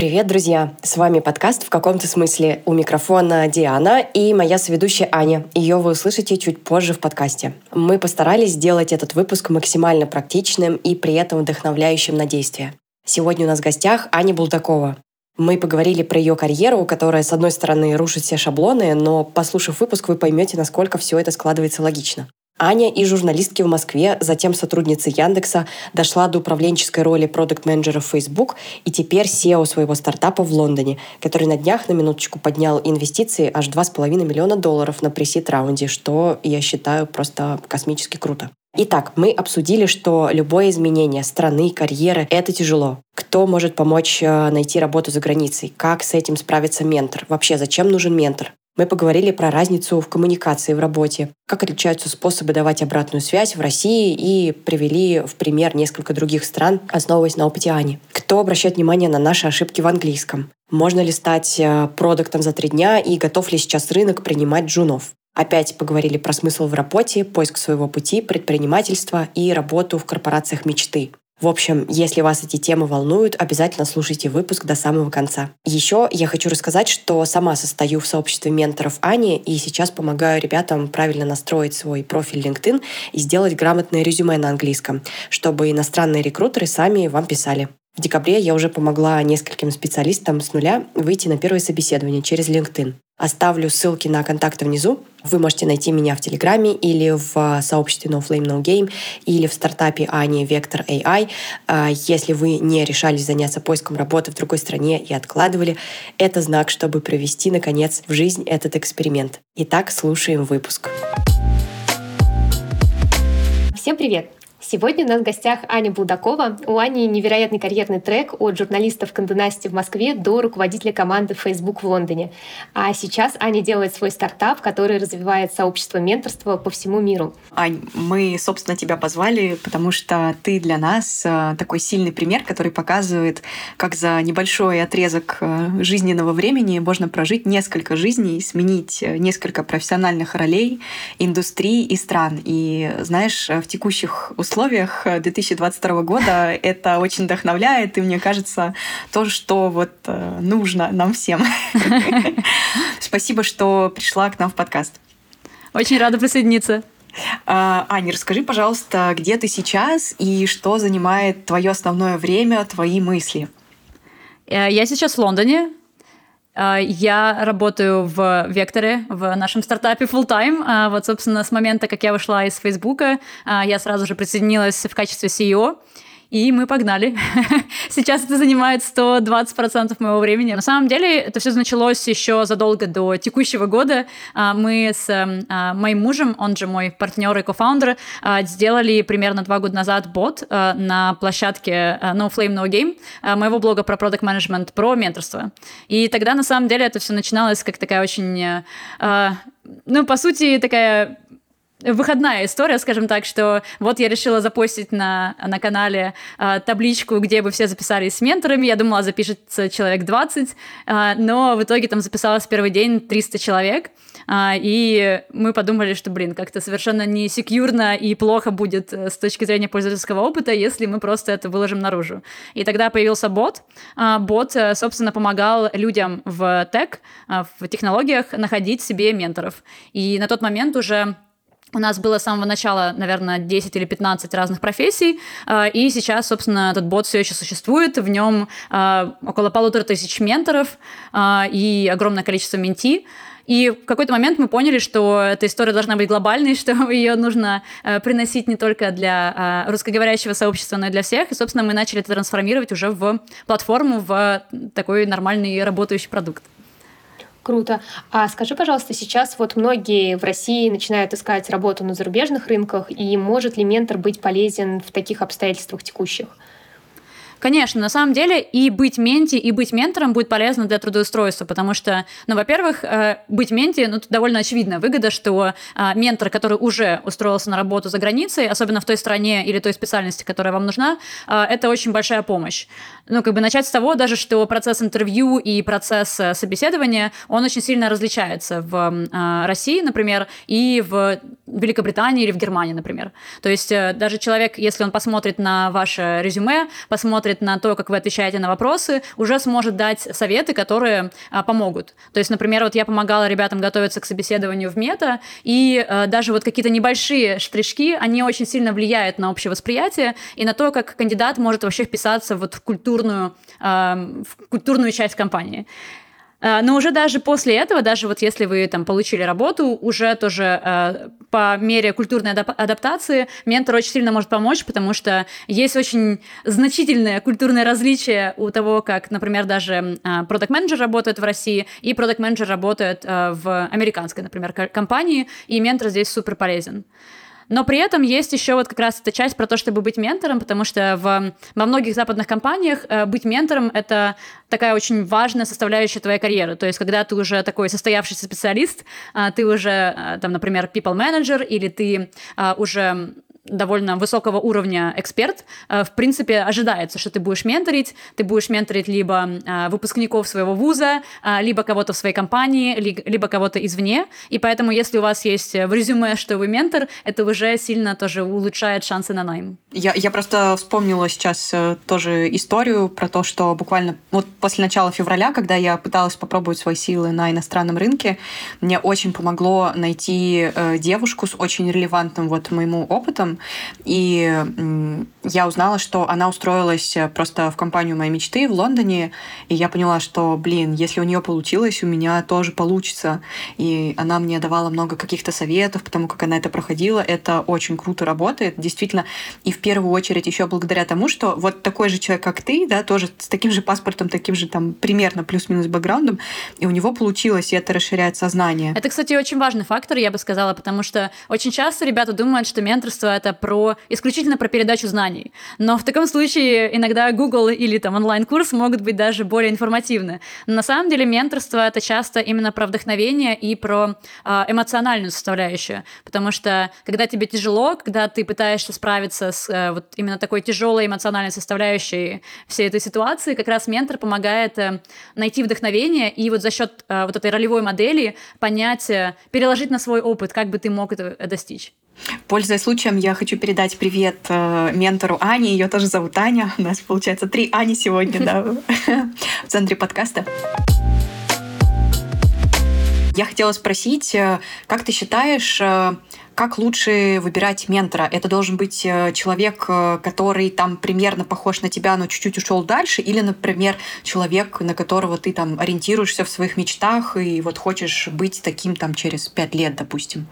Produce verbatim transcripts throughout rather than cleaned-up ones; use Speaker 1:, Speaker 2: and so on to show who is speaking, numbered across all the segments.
Speaker 1: Привет, друзья! С вами подкаст «В каком-то смысле». У микрофона Диана и моя соведущая Аня. Ее вы услышите чуть позже в подкасте. Мы постарались сделать этот выпуск максимально практичным и при этом вдохновляющим на действие. Сегодня у нас в гостях Аня Булдакова. Мы поговорили про ее карьеру, которая, с одной стороны, рушит все шаблоны, но, послушав выпуск, вы поймете, насколько все это складывается логично. Аня из журналистки в Москве, затем сотрудница Яндекса, дошла до управленческой роли продакт-менеджера в Facebook и теперь си и о своего стартапа в Лондоне, который на днях, на минуточку, поднял инвестиции аж два с половиной миллиона долларов на пресид-раунде, что я считаю просто космически круто. Итак, мы обсудили, что любое изменение страны, карьеры — это тяжело. Кто может помочь найти работу за границей? Как с этим справится ментор? Вообще, зачем нужен ментор? Мы поговорили про разницу в коммуникации в работе, как отличаются способы давать обратную связь в России и привели в пример несколько других стран, основываясь на опыте Ани. Кто обращает внимание на наши ошибки в английском? Можно ли стать продуктом за три дня и готов ли сейчас рынок принимать джунов? Опять поговорили про смысл в работе, поиск своего пути, предпринимательство и работу в корпорациях мечты. В общем, если вас эти темы волнуют, обязательно слушайте выпуск до самого конца. Еще я хочу рассказать, что сама состою в сообществе менторов Ани и сейчас помогаю ребятам правильно настроить свой профиль LinkedIn и сделать грамотное резюме на английском, чтобы иностранные рекрутеры сами вам писали. В декабре я уже помогла нескольким специалистам с нуля выйти на первое собеседование через LinkedIn. Оставлю ссылки на контакты внизу. Вы можете найти меня в Телеграме или в сообществе No Flame No Game, или в стартапе Ани Vector эй ай. Если вы не решались заняться поиском работы в другой стране и откладывали, это знак, чтобы провести, наконец, в жизнь этот эксперимент. Итак, слушаем выпуск.
Speaker 2: Всем привет! Сегодня у нас в гостях Аня Булдакова. У Ани невероятный карьерный трек от журналиста в Condé Nast в Москве до руководителя команды Facebook в Лондоне. А сейчас Аня делает свой стартап, который развивает сообщество менторства по всему миру.
Speaker 3: Ань, мы, собственно, тебя позвали, потому что ты для нас такой сильный пример, который показывает, как за небольшой отрезок жизненного времени можно прожить несколько жизней, сменить несколько профессиональных ролей, индустрий и стран. И, знаешь, в текущих условиях условиях две тысячи двадцать второго года это очень вдохновляет, и мне кажется, то, что вот нужно нам всем. Спасибо, что пришла к нам в подкаст.
Speaker 4: Очень рада присоединиться.
Speaker 3: Аня, расскажи, пожалуйста, где ты сейчас и что занимает твое основное время, твои мысли?
Speaker 4: Я сейчас в Лондоне. Я работаю в Векторе, в нашем стартапе full-time. Вот, собственно, с момента, как я вышла из Фейсбука, я сразу же присоединилась в качестве си и о. И мы погнали. Сейчас это занимает сто двадцать процентов моего времени. На самом деле, это все началось еще задолго до текущего года. Мы с моим мужем, он же мой партнер и кофаундер, сделали примерно два года назад бот на площадке No Flame No Game, моего блога про продакт менеджмент, про менторство. И тогда, на самом деле, это все начиналось как такая очень, ну, по сути, такая выходная история, скажем так, что вот я решила запостить на, на канале э, табличку, где бы все записались с менторами. Я думала, запишется человек двадцать, э, но в итоге там записалось в первый день триста человек. Э, и мы подумали, что, блин, как-то совершенно не секьюрно и плохо будет с точки зрения пользовательского опыта, если мы просто это выложим наружу. И тогда появился бот. Э, бот, собственно, помогал людям в тег, э, в технологиях находить себе менторов. И на тот момент уже у нас было с самого начала, наверное, десять или пятнадцать разных профессий, и сейчас, собственно, этот бот все еще существует, в нем около полутора тысяч менторов и огромное количество менти. И в какой-то момент мы поняли, что эта история должна быть глобальной, что ее нужно приносить не только для русскоговорящего сообщества, но и для всех. И, собственно, мы начали это трансформировать уже в платформу, в такой нормальный работающий продукт.
Speaker 2: Круто. А скажи, пожалуйста, сейчас вот многие в России начинают искать работу на зарубежных рынках, и может ли ментор быть полезен в таких обстоятельствах текущих?
Speaker 4: Конечно, на самом деле и быть менти, и быть ментором будет полезно для трудоустройства, потому что, ну, во-первых, быть менти, ну, это довольно очевидная выгода, что ментор, который уже устроился на работу за границей, особенно в той стране или той специальности, которая вам нужна, это очень большая помощь. Ну, как бы начать с того даже, что процесс интервью и процесс собеседования, он очень сильно различается в России, например, и в в Великобритании или в Германии, например. То есть даже человек, если он посмотрит на ваше резюме, посмотрит на то, как вы отвечаете на вопросы, уже сможет дать советы, которые а, помогут. То есть, например, вот я помогала ребятам готовиться к собеседованию в Мета, и а, даже вот какие-то небольшие штришки, они очень сильно влияют на общее восприятие и на то, как кандидат может вообще вписаться вот в культурную, а, в культурную часть компании. Но уже даже после этого, даже вот если вы там получили работу, уже тоже э, по мере культурной адап- адаптации ментор очень сильно может помочь, потому что есть очень значительное культурное различие у того, как, например, даже э, продакт-менеджер работает в России и продакт-менеджер работает э, в американской, например, компании, и ментор здесь супер полезен. Но при этом есть еще вот как раз эта часть про то, чтобы быть ментором, потому что в, во многих западных компаниях э, быть ментором – это такая очень важная составляющая твоей карьеры. То есть когда ты уже такой состоявшийся специалист, э, ты уже, э, там, например, people manager, или ты э, уже довольно высокого уровня эксперт, в принципе, ожидается, что ты будешь менторить, ты будешь менторить либо выпускников своего вуза, либо кого-то в своей компании, либо кого-то извне, и поэтому, если у вас есть в резюме, что вы ментор, это уже сильно тоже улучшает шансы на найм.
Speaker 3: Я, я просто вспомнила сейчас тоже историю про то, что буквально вот после начала февраля, когда я пыталась попробовать свои силы на иностранном рынке, мне очень помогло найти девушку с очень релевантным вот моему опытом. И я узнала, что она устроилась просто в компанию моей мечты в Лондоне, и я поняла, что, блин, если у нее получилось, у меня тоже получится. И она мне давала много каких-то советов, потому как она это проходила. Это очень круто работает, действительно. И в первую очередь еще благодаря тому, что вот такой же человек, как ты, да, тоже с таким же паспортом, таким же там примерно плюс-минус бэкграундом, и у него получилось, и это расширяет сознание.
Speaker 4: Это, кстати, очень важный фактор, я бы сказала, потому что очень часто ребята думают, что менторство — это про исключительно про передачу знаний. Но в таком случае иногда Google или там онлайн-курс могут быть даже более информативны. Но на самом деле менторство — это часто именно про вдохновение и про э, эмоциональную составляющую. Потому что когда тебе тяжело, когда ты пытаешься справиться с э, вот именно такой тяжелой эмоциональной составляющей всей этой ситуации, как раз ментор помогает э, найти вдохновение и вот за счет э, вот этой ролевой модели понять, э, переложить на свой опыт, как бы ты мог это достичь.
Speaker 3: Пользуясь случаем, я хочу передать привет э, ментору Ане. Ее тоже зовут Аня. У нас, получается, три Ани сегодня, да, в центре подкаста. Я хотела спросить, как ты считаешь, как лучше выбирать ментора? Это должен быть человек, который там примерно похож на тебя, но чуть-чуть ушел дальше, или, например, человек, на которого ты там ориентируешься в своих мечтах и вот хочешь быть таким там через пять лет, допустим?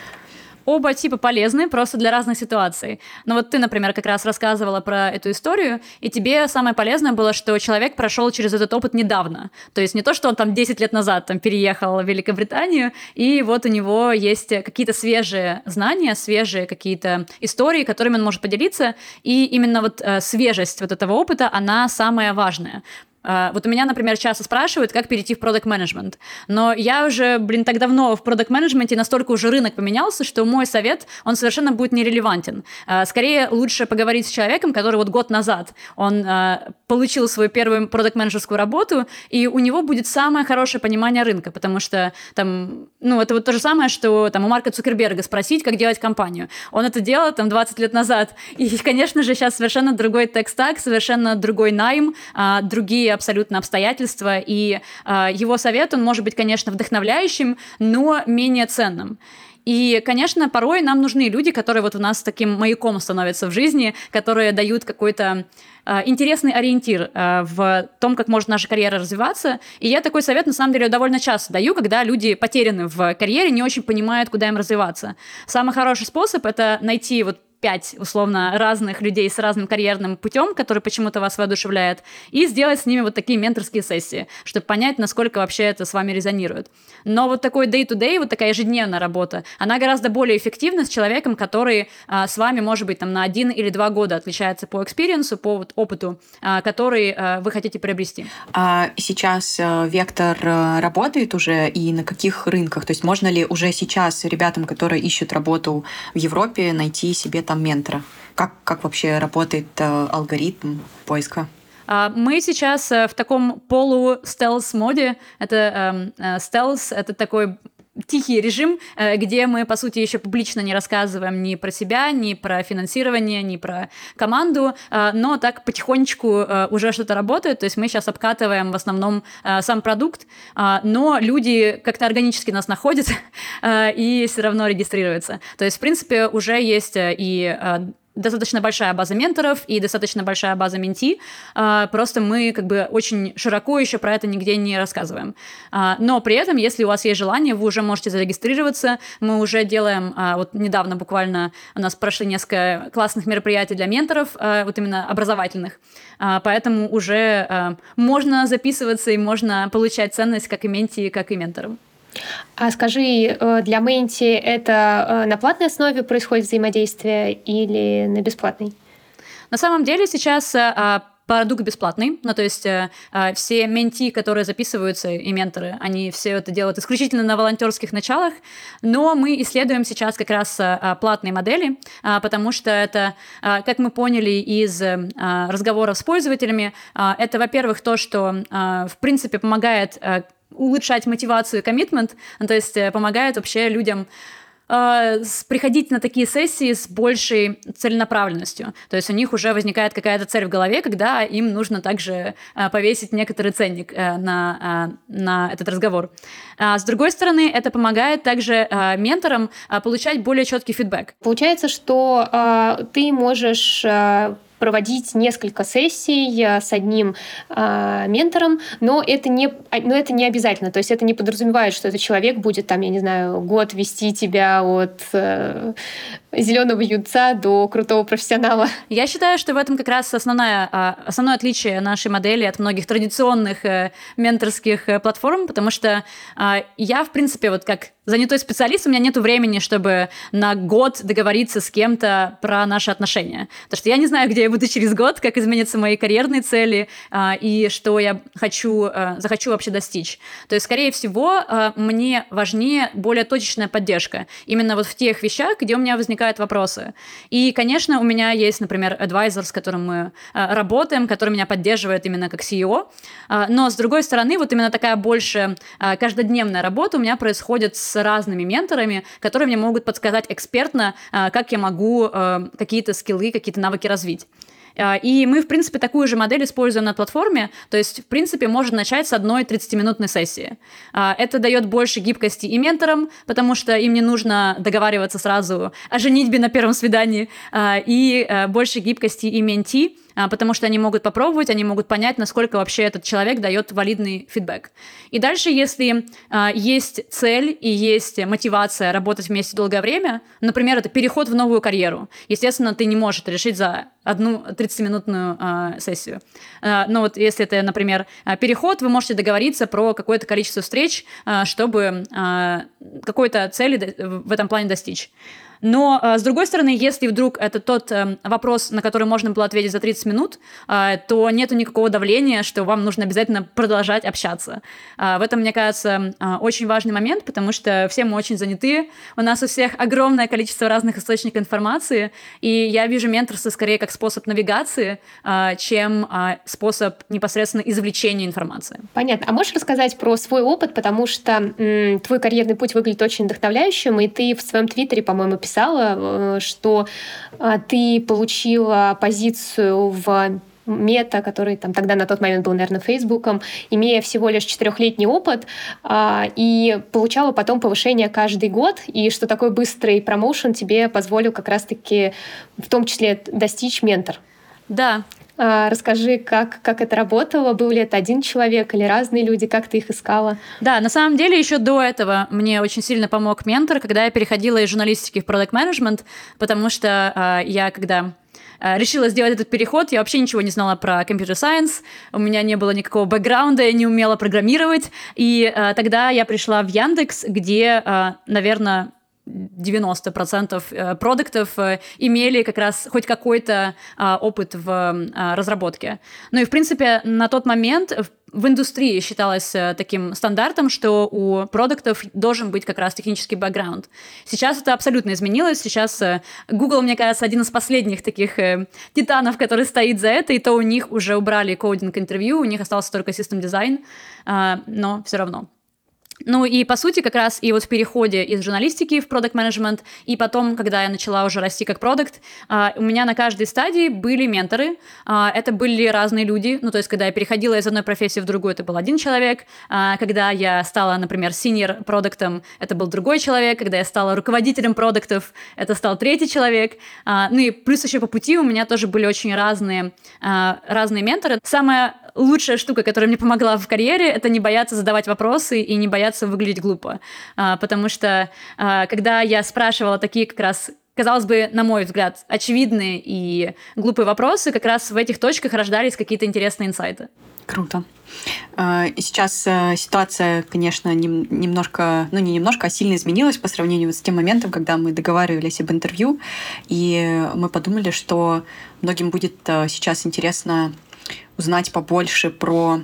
Speaker 4: Оба типа полезны, просто для разных ситуаций. Но вот ты, например, как раз рассказывала про эту историю, и тебе самое полезное было, что человек прошел через этот опыт недавно. То есть не то, что он там десять лет назад там переехал в Великобританию, и вот у него есть какие-то свежие знания, свежие какие-то истории, которыми он может поделиться, и именно вот э, свежесть вот этого опыта, она самая важная. Uh, вот у меня, например, часто спрашивают, как перейти в продакт-менеджмент. Но я уже, блин, так давно в продакт-менеджменте, настолько уже рынок поменялся, что мой совет, он совершенно будет нерелевантен. Uh, скорее, лучше поговорить с человеком, который вот год назад, он uh, получил свою первую продакт-менеджерскую работу, и у него будет самое хорошее понимание рынка, потому что там, ну, это вот то же самое, что там у Марка Цукерберга спросить, как делать компанию. Он это делал там двадцать лет назад. И, конечно же, сейчас совершенно другой тек-стак, совершенно другой найм, uh, другие абсолютно обстоятельства, и э, его совет, он может быть, конечно, вдохновляющим, но менее ценным. И, конечно, порой нам нужны люди, которые вот у нас таким маяком становятся в жизни, которые дают какой-то э, интересный ориентир э, в том, как может наша карьера развиваться. И я такой совет, на самом деле, довольно часто даю, когда люди потеряны в карьере, не очень понимают, куда им развиваться. Самый хороший способ — это найти вот пять, условно, разных людей с разным карьерным путем, который почему-то вас воодушевляет, и сделать с ними вот такие менторские сессии, чтобы понять, насколько вообще это с вами резонирует. Но вот такой day-to-day, вот такая ежедневная работа, она гораздо более эффективна с человеком, который а, с вами, может быть, там, на один или два года отличается по экспириенсу, по вот, опыту, а, который а, вы хотите приобрести.
Speaker 3: А сейчас а, Вектор а, работает уже, и на каких рынках? То есть можно ли уже сейчас ребятам, которые ищут работу в Европе, найти себе там ментора? Как, как вообще работает э, алгоритм поиска?
Speaker 4: Мы сейчас в таком полу-стелс-моде. Это э, стелс, это такой тихий режим, где мы, по сути, еще публично не рассказываем ни про себя, ни про финансирование, ни про команду, но так потихонечку уже что-то работает, то есть мы сейчас обкатываем в основном сам продукт, но люди как-то органически нас находят и все равно регистрируются. То есть, в принципе, уже есть и достаточно большая база менторов и достаточно большая база менти, просто мы как бы очень широко еще про это нигде не рассказываем. Но при этом, если у вас есть желание, вы уже можете зарегистрироваться. Мы уже делаем, вот недавно буквально у нас прошли несколько классных мероприятий для менторов, вот именно образовательных, поэтому уже можно записываться и можно получать ценность как и менти, как и менторам.
Speaker 2: А скажи, для Менти это на платной основе происходит взаимодействие или на бесплатной?
Speaker 4: На самом деле сейчас продукт бесплатный, ну то есть все менти, которые записываются, и менторы, они все это делают исключительно на волонтерских началах, но мы исследуем сейчас как раз платные модели, потому что это, как мы поняли из разговоров с пользователями, это, во-первых, то, что в принципе помогает улучшать мотивацию и коммитмент, то есть помогает вообще людям э, приходить на такие сессии с большей целенаправленностью. То есть у них уже возникает какая-то цель в голове, когда им нужно также э, повесить некоторый ценник э, на, э, на этот разговор. А с другой стороны, это помогает также э, менторам э, получать более четкий фидбэк.
Speaker 2: Получается, что э, ты можешь э, проводить несколько сессий с одним э, ментором, но это, не, но это не обязательно. То есть это не подразумевает, что этот человек будет, там, я не знаю, год вести тебя от э, зеленого юнца до крутого профессионала.
Speaker 4: Я считаю, что в этом как раз основное, основное отличие нашей модели от многих традиционных э, менторских э, платформ, потому что э, я, в принципе, вот как занятой специалист, у меня нет времени, чтобы на год договориться с кем-то про наши отношения. Потому что я не знаю, где я буду через год, как изменятся мои карьерные цели а, и что я хочу, а, захочу вообще достичь. То есть, скорее всего, а, мне важнее более точечная поддержка. Именно вот в тех вещах, где у меня возникают вопросы. И, конечно, у меня есть, например, адвайзер, с которым мы а, работаем, который меня поддерживает именно как си и о. А, но, с другой стороны, вот именно такая больше а, каждодневная работа у меня происходит с разными менторами, которые мне могут подсказать экспертно, как я могу какие-то скиллы, какие-то навыки развить. И мы, в принципе, такую же модель используем на платформе, то есть, в принципе, можно начать с одной тридцатиминутной сессии. Это дает больше гибкости и менторам, потому что им не нужно договариваться сразу о женитьбе на первом свидании, и больше гибкости и менти, потому что они могут попробовать, они могут понять, насколько вообще этот человек дает валидный фидбэк. И дальше, если а, есть цель и есть мотивация работать вместе долгое время, например, это переход в новую карьеру, естественно, ты не можешь это решить за одну тридцатиминутную а, сессию. А, но вот если это, например, переход, вы можете договориться про какое-то количество встреч, а, чтобы а, какой-то цели в этом плане достичь. Но, с другой стороны, если вдруг это тот вопрос, на который можно было ответить за тридцать минут, то нету никакого давления, что вам нужно обязательно продолжать общаться. В этом, мне кажется, очень важный момент, потому что все мы очень заняты, у нас у всех огромное количество разных источников информации, и я вижу менторство скорее как способ навигации, чем способ непосредственно извлечения информации.
Speaker 2: Понятно. А можешь рассказать про свой опыт, потому что м, твой карьерный путь выглядит очень вдохновляющим, и ты в своем твиттере, по-моему, писала, что ты получила позицию в Мета, который там тогда на тот момент был, наверное, Фейсбуком, имея всего лишь четырехлетний опыт, и получала потом повышение каждый год, и что такой быстрый промоушен тебе позволил как раз-таки в том числе достичь ментор.
Speaker 4: Да.
Speaker 2: Расскажи, как, как это работало, был ли это один человек или разные люди, как ты их искала?
Speaker 4: Да, на самом деле еще до этого мне очень сильно помог ментор, когда я переходила из журналистики в product management, потому что э, я когда решила сделать этот переход, я вообще ничего не знала про computer science, у меня не было никакого бэкграунда, я не умела программировать, и э, тогда я пришла в Яндекс, где, э, наверное, девяносто процентов продуктов имели как раз хоть какой-то а, опыт в а, разработке. Ну и, в принципе, на тот момент в индустрии считалось таким стандартом, что у продуктов должен быть как раз технический бэкграунд. Сейчас это абсолютно изменилось. Сейчас Google, мне кажется, один из последних таких э, титанов, который стоит за это, и то у них уже убрали кодинг-интервью, у них остался только систем-дизайн, э, но все равно. Ну и по сути как раз и вот в переходе из журналистики в продакт-менеджмент, и потом, когда я начала уже расти как продакт, у меня на каждой стадии были менторы. Это были разные люди. Ну то есть когда я переходила из одной профессии в другую, это был один человек. Когда я стала, например, senior продуктом, это был другой человек. Когда я стала руководителем продуктов, это стал третий человек. Ну и плюс еще по пути у меня тоже были очень разные, разные менторы. Самое лучшая штука, которая мне помогла в карьере, это не бояться задавать вопросы и не бояться выглядеть глупо. А, потому что а, когда я спрашивала такие как раз, казалось бы, на мой взгляд, очевидные и глупые вопросы, как раз в этих точках рождались какие-то интересные инсайты.
Speaker 3: Круто. Сейчас ситуация, конечно, немножко, ну не немножко, а сильно изменилась по сравнению с тем моментом, когда мы договаривались об интервью, и мы подумали, что многим будет сейчас интересно узнать побольше про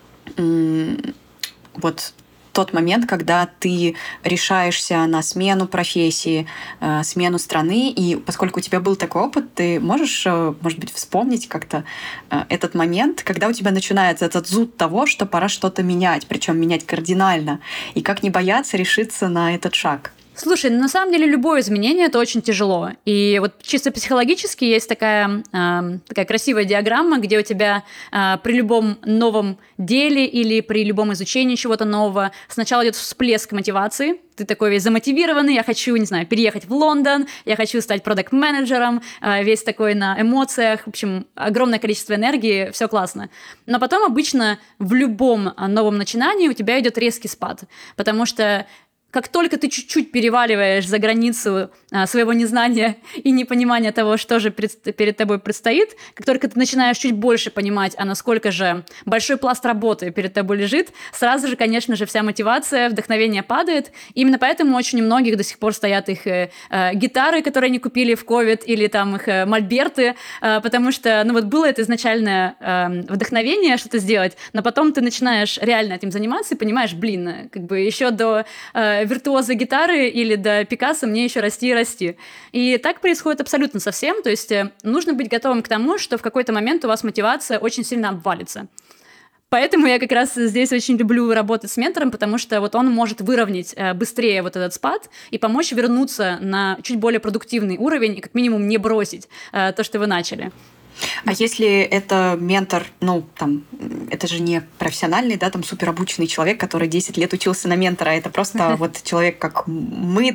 Speaker 3: м, вот тот момент, когда ты решаешься на смену профессии, э, смену страны, и поскольку у тебя был такой опыт, ты можешь, э, может быть, вспомнить как-то э, этот момент, когда у тебя начинается этот зуд того, что пора что-то менять, причем менять кардинально, и как не бояться решиться на этот шаг?
Speaker 4: Слушай, на самом деле любое изменение – это очень тяжело. И вот чисто психологически есть такая, э, такая красивая диаграмма, где у тебя э, при любом новом деле или при любом изучении чего-то нового сначала идет всплеск мотивации. Ты такой весь замотивированный, я хочу, не знаю, переехать в Лондон, я хочу стать продакт-менеджером, э, весь такой на эмоциях. В общем, огромное количество энергии, все классно. Но потом обычно в любом новом начинании у тебя идет резкий спад, потому что как только ты чуть-чуть переваливаешь за границу а, своего незнания и непонимания того, что же пред, перед тобой предстоит, как только ты начинаешь чуть больше понимать, а насколько же большой пласт работы перед тобой лежит, сразу же, конечно же, вся мотивация, вдохновение падает. Именно поэтому очень у многих до сих пор стоят их э, э, гитары, которые они купили в ковид, или там их э, мольберты, э, потому что, ну вот было это изначальное э, вдохновение что-то сделать, но потом ты начинаешь реально этим заниматься и понимаешь, блин, как бы еще до э, виртуоза гитары или до Пикассо мне еще расти и расти. И так происходит абсолютно со всем, то есть нужно быть готовым к тому, что в какой-то момент у вас мотивация очень сильно обвалится. Поэтому я как раз здесь очень люблю работать с ментором, потому что вот он может выровнять быстрее вот этот спад и помочь вернуться на чуть более продуктивный уровень и как минимум не бросить то, что вы начали.
Speaker 3: А если это ментор, ну, там, это же не профессиональный, да, там, суперобученный человек, который десять лет учился на ментора, это просто вот человек, как мы,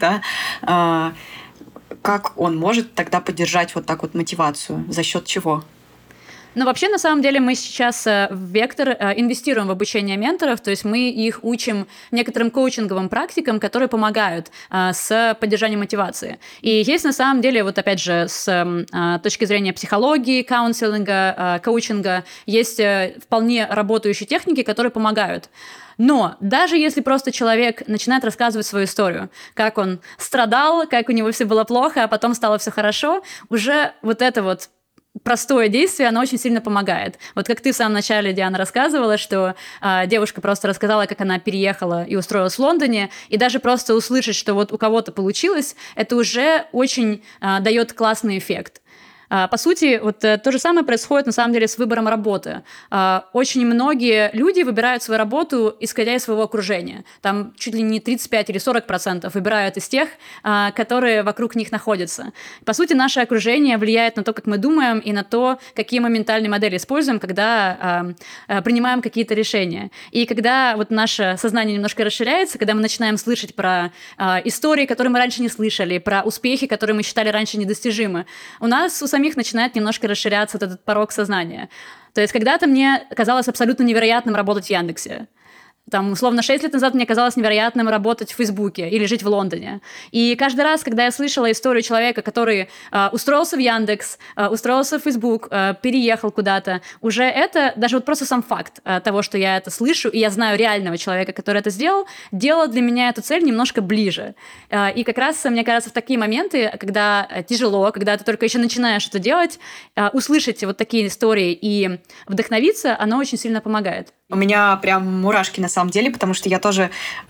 Speaker 3: да, как он может тогда поддержать вот так вот мотивацию? За счет чего?
Speaker 4: Ну, вообще, на самом деле, мы сейчас в Вектор инвестируем в обучение менторов, то есть мы их учим некоторым коучинговым практикам, которые помогают с поддержанием мотивации. И есть, на самом деле, вот опять же, с точки зрения психологии, каунселинга, коучинга, есть вполне работающие техники, которые помогают. Но даже если просто человек начинает рассказывать свою историю, как он страдал, как у него все было плохо, а потом стало все хорошо, уже вот это вот простое действие, оно очень сильно помогает. Вот как ты в самом начале, Диана, рассказывала, что э, девушка просто рассказала, как она переехала и устроилась в Лондоне, и даже просто услышать, что вот у кого-то получилось, это уже очень э, дает классный эффект. По сути, вот то же самое происходит на самом деле с выбором работы. Очень многие люди выбирают свою работу, исходя из своего окружения. Там чуть ли не тридцать пять или сорок процентов выбирают из тех, которые вокруг них находятся. По сути, наше окружение влияет на то, как мы думаем, и на то, какие мы ментальные модели используем, когда принимаем какие-то решения. И когда вот наше сознание немножко расширяется, когда мы начинаем слышать про истории, которые мы раньше не слышали, про успехи, которые мы считали раньше недостижимы, у нас у самих начинает немножко расширяться вот этот порог сознания. То есть когда-то мне казалось абсолютно невероятным работать в Яндексе. Там, условно, шесть лет назад мне казалось невероятным работать в Фейсбуке или жить в Лондоне. И каждый раз, когда я слышала историю человека, который э, устроился в Яндекс, э, устроился в Фейсбук, э, переехал куда-то, уже это, даже вот просто сам факт э, того, что я это слышу, и я знаю реального человека, который это сделал, делало для меня эту цель немножко ближе. Э, и как раз, мне кажется, в такие моменты, когда тяжело, когда ты только еще начинаешь это делать, э, услышать вот такие истории и вдохновиться, оно очень сильно помогает.
Speaker 3: У меня прям мурашки на самом деле, потому что я тоже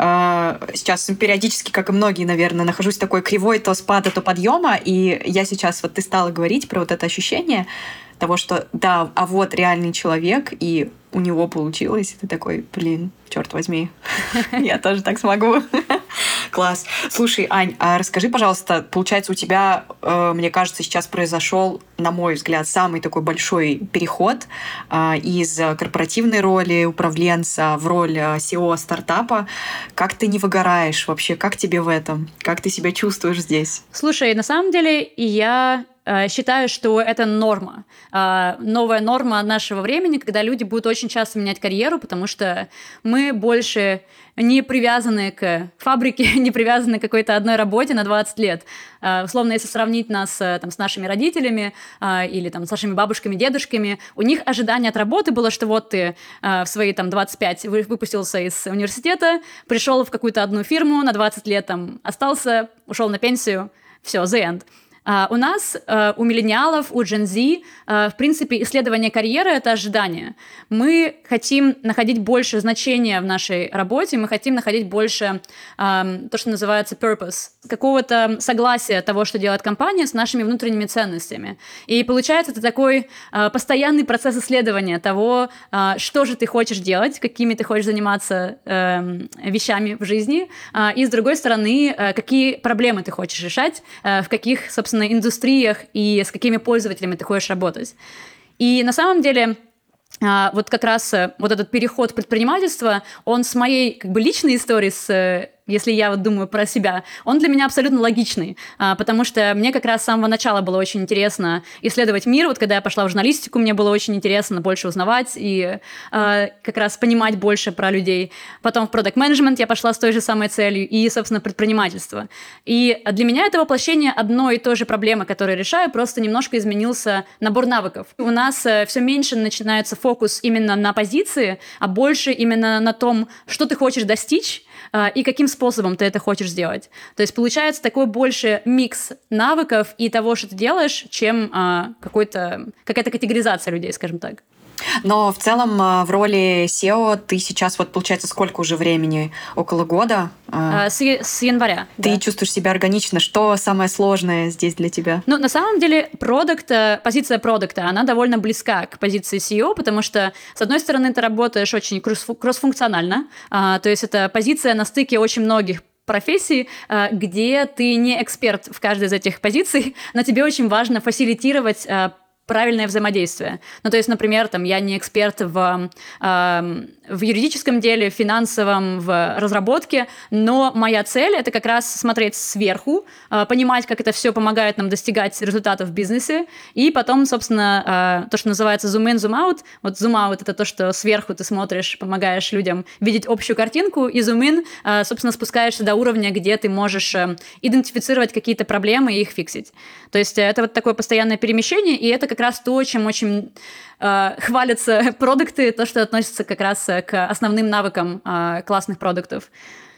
Speaker 3: э, сейчас периодически, как и многие, наверное, нахожусь в такой кривой то спада, то подъема, и я сейчас, вот ты стала говорить про вот это ощущение того, что да, а вот реальный человек, и у него получилось, и ты такой, блин, черт возьми, я тоже так смогу. Класс. Слушай, Ань, а расскажи, пожалуйста, получается, у тебя, э, мне кажется, сейчас произошел, на мой взгляд, самый такой большой переход э, из корпоративной роли управленца в роль си и о стартапа. Как ты не выгораешь вообще? Как тебе в этом? Как ты себя чувствуешь здесь?
Speaker 4: Слушай, на самом деле я считаю, что это норма. Новая норма нашего времени, когда люди будут очень часто менять карьеру, потому что мы больше не привязаны к фабрике, не привязаны к какой-то одной работе на двадцать лет. Условно, если сравнить нас там, с нашими родителями или там, с нашими бабушками, дедушками, у них ожидание от работы было, что вот ты в свои там, двадцать пять выпустился из университета, пришел в какую-то одну фирму, на двадцать лет там, остался, ушел на пенсию, все, the end. Uh, у нас, uh, у миллениалов, у Gen Z, uh, в принципе, исследование карьеры — это ожидание. Мы хотим находить больше значения в нашей работе, мы хотим находить больше um, то, что называется purpose, какого-то согласия того, что делает компания, с нашими внутренними ценностями. И получается, это такой uh, постоянный процесс исследования того, uh, что же ты хочешь делать, какими ты хочешь заниматься uh, вещами в жизни, uh, и, с другой стороны, uh, какие проблемы ты хочешь решать, uh, в каких, собственно, индустриях и с какими пользователями ты хочешь работать. И на самом деле вот как раз вот этот переход в предпринимательство, он с моей как бы личной историей, с если я вот думаю про себя, он для меня абсолютно логичный, потому что мне как раз с самого начала было очень интересно исследовать мир. Вот когда я пошла в журналистику, мне было очень интересно больше узнавать и как раз понимать больше про людей. Потом в продакт-менеджмент я пошла с той же самой целью и, собственно, предпринимательство. И для меня это воплощение одной и той же проблемы, которую я решаю, просто немножко изменился набор навыков. У нас все меньше начинается фокус именно на позиции, а больше именно на том, что ты хочешь достичь, и каким способом ты это хочешь сделать. То есть получается такой больше микс навыков и того, что ты делаешь, чем а, какой-то, какая-то категоризация людей, скажем так.
Speaker 3: Но в целом в роли си и о ты сейчас, вот получается, сколько уже времени? Около года?
Speaker 4: А, с, с января.
Speaker 3: Ты
Speaker 4: да.
Speaker 3: чувствуешь себя органично. Что самое сложное здесь для тебя?
Speaker 4: Ну, на самом деле, продукт, позиция продукта, она довольно близка к позиции си и о, потому что, с одной стороны, ты работаешь очень кроссфункционально, а, то есть это позиция на стыке очень многих профессий, где ты не эксперт в каждой из этих позиций, но тебе очень важно фасилитировать правильное взаимодействие. Ну, то есть, например, там, я не эксперт в, э, в юридическом деле, в финансовом, в разработке, но моя цель — это как раз смотреть сверху, э, понимать, как это все помогает нам достигать результатов в бизнесе, и потом, собственно, э, то, что называется zoom in, zoom out. Вот zoom out — это то, что сверху ты смотришь, помогаешь людям видеть общую картинку, и zoom in, э, собственно, спускаешься до уровня, где ты можешь э, идентифицировать какие-то проблемы и их фиксить. То есть это вот такое постоянное перемещение, и это как раз то, чем очень э, хвалятся продукты, то, что относится как раз к основным навыкам э, классных продуктов.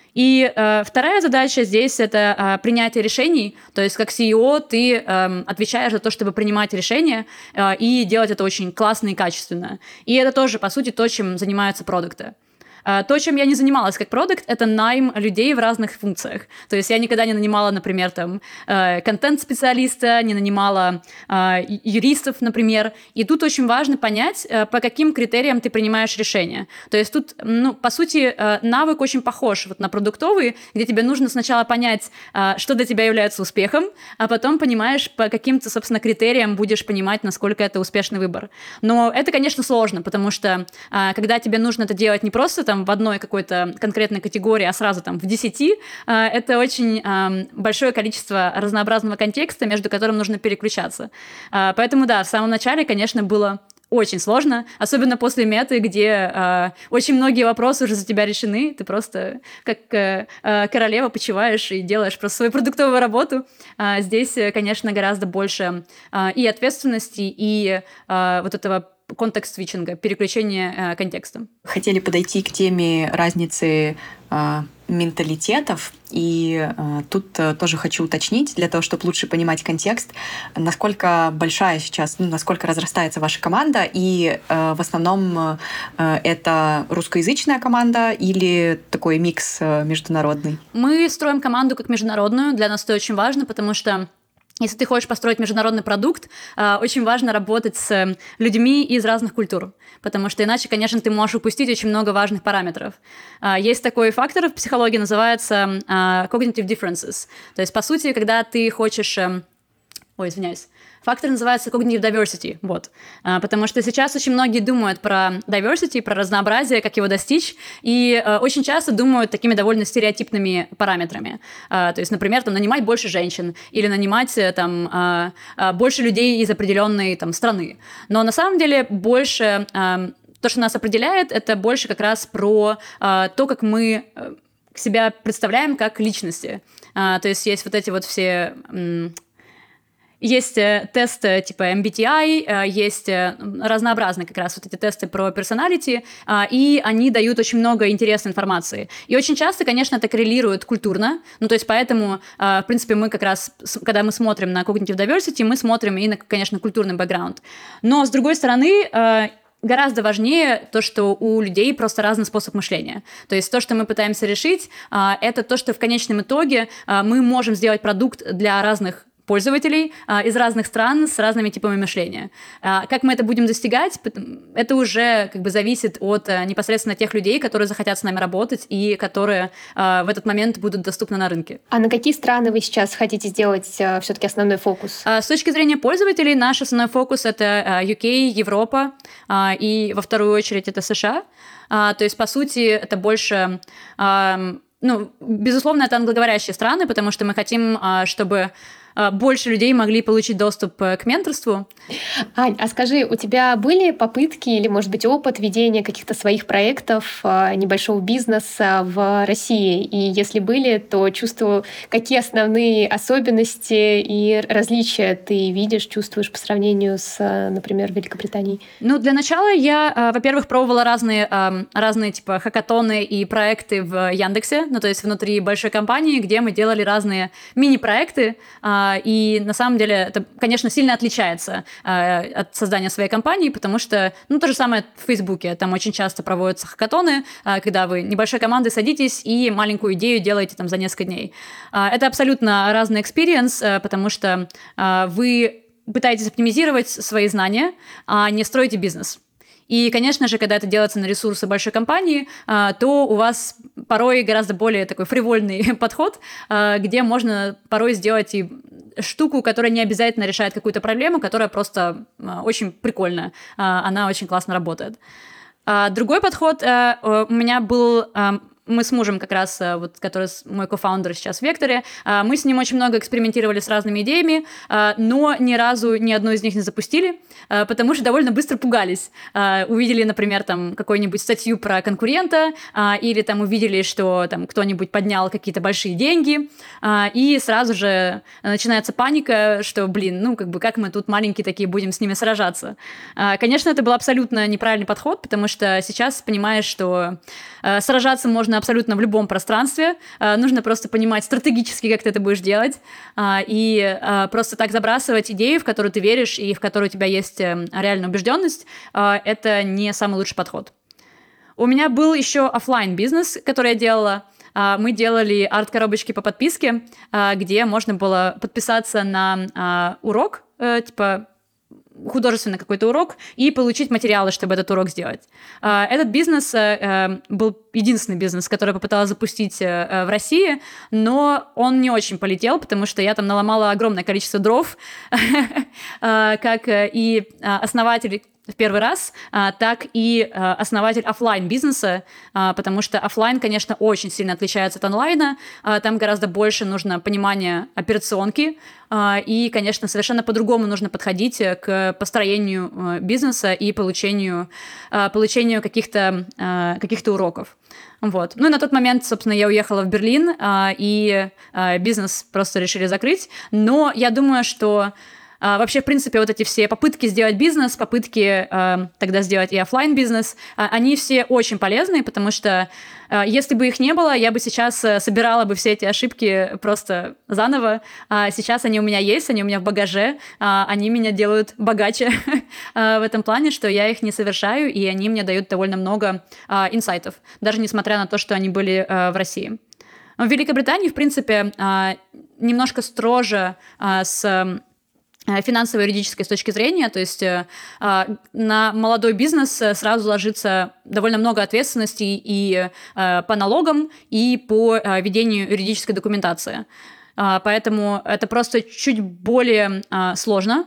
Speaker 4: И э, вторая задача здесь — это э, принятие решений. То есть как си и о ты э, отвечаешь за то, чтобы принимать решения э, и делать это очень классно и качественно. И это тоже, по сути, то, чем занимаются продукты. То, чем я не занималась как продукт, это найм людей в разных функциях. То есть я никогда не нанимала, например, там, контент-специалиста, не нанимала юристов, например. И тут очень важно понять, по каким критериям ты принимаешь решения. То есть тут, ну, по сути, навык очень похож вот на продуктовый, где тебе нужно сначала понять, что для тебя является успехом, а потом понимаешь, по каким ты, собственно, критериям будешь понимать, насколько это успешный выбор. Но это, конечно, сложно, потому что когда тебе нужно это делать не просто там в одной какой-то конкретной категории, а сразу там в десяти, это очень большое количество разнообразного контекста, между которым нужно переключаться. Поэтому, да, в самом начале, конечно, было очень сложно, особенно после меты, где э, очень многие вопросы уже за тебя решены, ты просто как э, королева почиваешь и делаешь просто свою продуктовую работу. А здесь, конечно, гораздо больше э, и ответственности, и э, вот этого контекст-свитчинга, переключения э, контекста.
Speaker 3: Хотели подойти к теме разницы э, менталитетов, и э, тут э, тоже хочу уточнить, для того, чтобы лучше понимать контекст, насколько большая сейчас, ну, насколько разрастается ваша команда, и э, в основном э, это русскоязычная команда или такой микс э, международный?
Speaker 4: Мы строим команду как международную, для нас это очень важно, потому что если ты хочешь построить международный продукт, очень важно работать с людьми из разных культур, потому что иначе, конечно, ты можешь упустить очень много важных параметров. Есть такой фактор в психологии, называется cognitive differences. То есть, по сути, когда ты хочешь... Ой, извиняюсь. Фактор называется cognitive diversity, вот. А, потому что сейчас очень многие думают про diversity, про разнообразие, как его достичь, и а, очень часто думают такими довольно стереотипными параметрами. А, то есть, например, там, нанимать больше женщин или нанимать там, а, а, больше людей из определенной там, страны. Но на самом деле больше... А, то, что нас определяет, это больше как раз про а, то, как мы себя представляем как личности. А, то есть есть вот эти вот все... М- Есть э, тесты типа эм би ти ай, э, есть э, разнообразные как раз вот эти тесты про персоналити, э, и они дают очень много интересной информации. И очень часто, конечно, это коррелирует культурно, ну то есть поэтому, э, в принципе, мы как раз, когда мы смотрим на cognitive diversity, мы смотрим и на, конечно, культурный бэкграунд. Но, с другой стороны, э, гораздо важнее то, что у людей просто разный способ мышления. То есть то, что мы пытаемся решить, э, это то, что в конечном итоге э, мы можем сделать продукт для разных пользователей а, из разных стран с разными типами мышления. А, как мы это будем достигать, это уже как бы зависит от а, непосредственно тех людей, которые захотят с нами работать и которые а, в этот момент будут доступны на рынке.
Speaker 2: А на какие страны вы сейчас хотите сделать а, все-таки основной фокус?
Speaker 4: А, с точки зрения пользователей, наш основной фокус — это а, ю кей, Европа, а, и во вторую очередь это США. А, то есть, по сути, это больше... А, ну, безусловно, это англоговорящие страны, потому что мы хотим, а, чтобы... больше людей могли получить доступ к менторству.
Speaker 2: Ань, а скажи, у тебя были попытки или, может быть, опыт ведения каких-то своих проектов, небольшого бизнеса в России? И если были, то чувствую, какие основные особенности и различия ты видишь, чувствуешь по сравнению с, например, Великобританией?
Speaker 4: Ну, для начала я, во-первых, пробовала разные, разные типа хакатоны и проекты в Яндексе, ну, то есть внутри большой компании, где мы делали разные мини-проекты. И на самом деле это, конечно, сильно отличается э, от создания своей компании, потому что, ну, то же самое в Фейсбуке. Там очень часто проводятся хакатоны, э, когда вы небольшой командой садитесь и маленькую идею делаете там за несколько дней. Э, это абсолютно разный экспириенс, э, потому что э, вы пытаетесь оптимизировать свои знания, а не строите бизнес. И, конечно же, когда это делается на ресурсы большой компании, то у вас порой гораздо более такой фривольный подход, где можно порой сделать и штуку, которая не обязательно решает какую-то проблему, которая просто очень прикольная, она очень классно работает. Другой подход у меня был... Мы с мужем как раз, вот, который мой кофаундер сейчас в Векторе, мы с ним очень много экспериментировали с разными идеями, но ни разу ни одну из них не запустили, потому что довольно быстро пугались. Увидели, например, там какую-нибудь статью про конкурента, или там увидели, что там кто-нибудь поднял какие-то большие деньги, и сразу же начинается паника, что, блин, ну как бы как мы тут маленькие такие будем с ними сражаться. Конечно, это был абсолютно неправильный подход, потому что сейчас понимаешь, что сражаться можно абсолютно в любом пространстве. Нужно просто понимать стратегически, как ты это будешь делать, и просто так забрасывать идею, в которую ты веришь и в которую у тебя есть реальная убежденность, это не самый лучший подход. У меня был еще офлайн бизнес, который я делала. Мы делали арт-коробочки по подписке, где можно было подписаться на урок, типа художественный какой-то урок, и получить материалы, чтобы этот урок сделать. Этот бизнес был единственный бизнес, который я попыталась запустить в России, но он не очень полетел, потому что я там наломала огромное количество дров, как и основатель в первый раз, так и основатель офлайн-бизнеса, потому что офлайн, конечно, очень сильно отличается от онлайна, там гораздо больше нужно понимания операционки, и, конечно, совершенно по-другому нужно подходить к построению бизнеса и получению, получению каких-то, каких-то уроков. Вот. Ну и на тот момент, собственно, я уехала в Берлин, и бизнес просто решили закрыть, но я думаю, что Uh, вообще, в принципе, вот эти все попытки сделать бизнес, попытки uh, тогда сделать и офлайн бизнес, uh, они все очень полезные, потому что uh, если бы их не было, я бы сейчас uh, собирала бы все эти ошибки просто заново. Uh, сейчас они у меня есть, они у меня в багаже, uh, они меня делают богаче uh, в этом плане, что я их не совершаю, и они мне дают довольно много uh, инсайтов, даже несмотря на то, что они были uh, в России. В Великобритании, в принципе, немножко строже а, с финансово-юридической с точки зрения, то есть э, на молодой бизнес сразу ложится довольно много ответственности и э, по налогам, и по э, ведению юридической документации. Э, поэтому это просто чуть более э, сложно,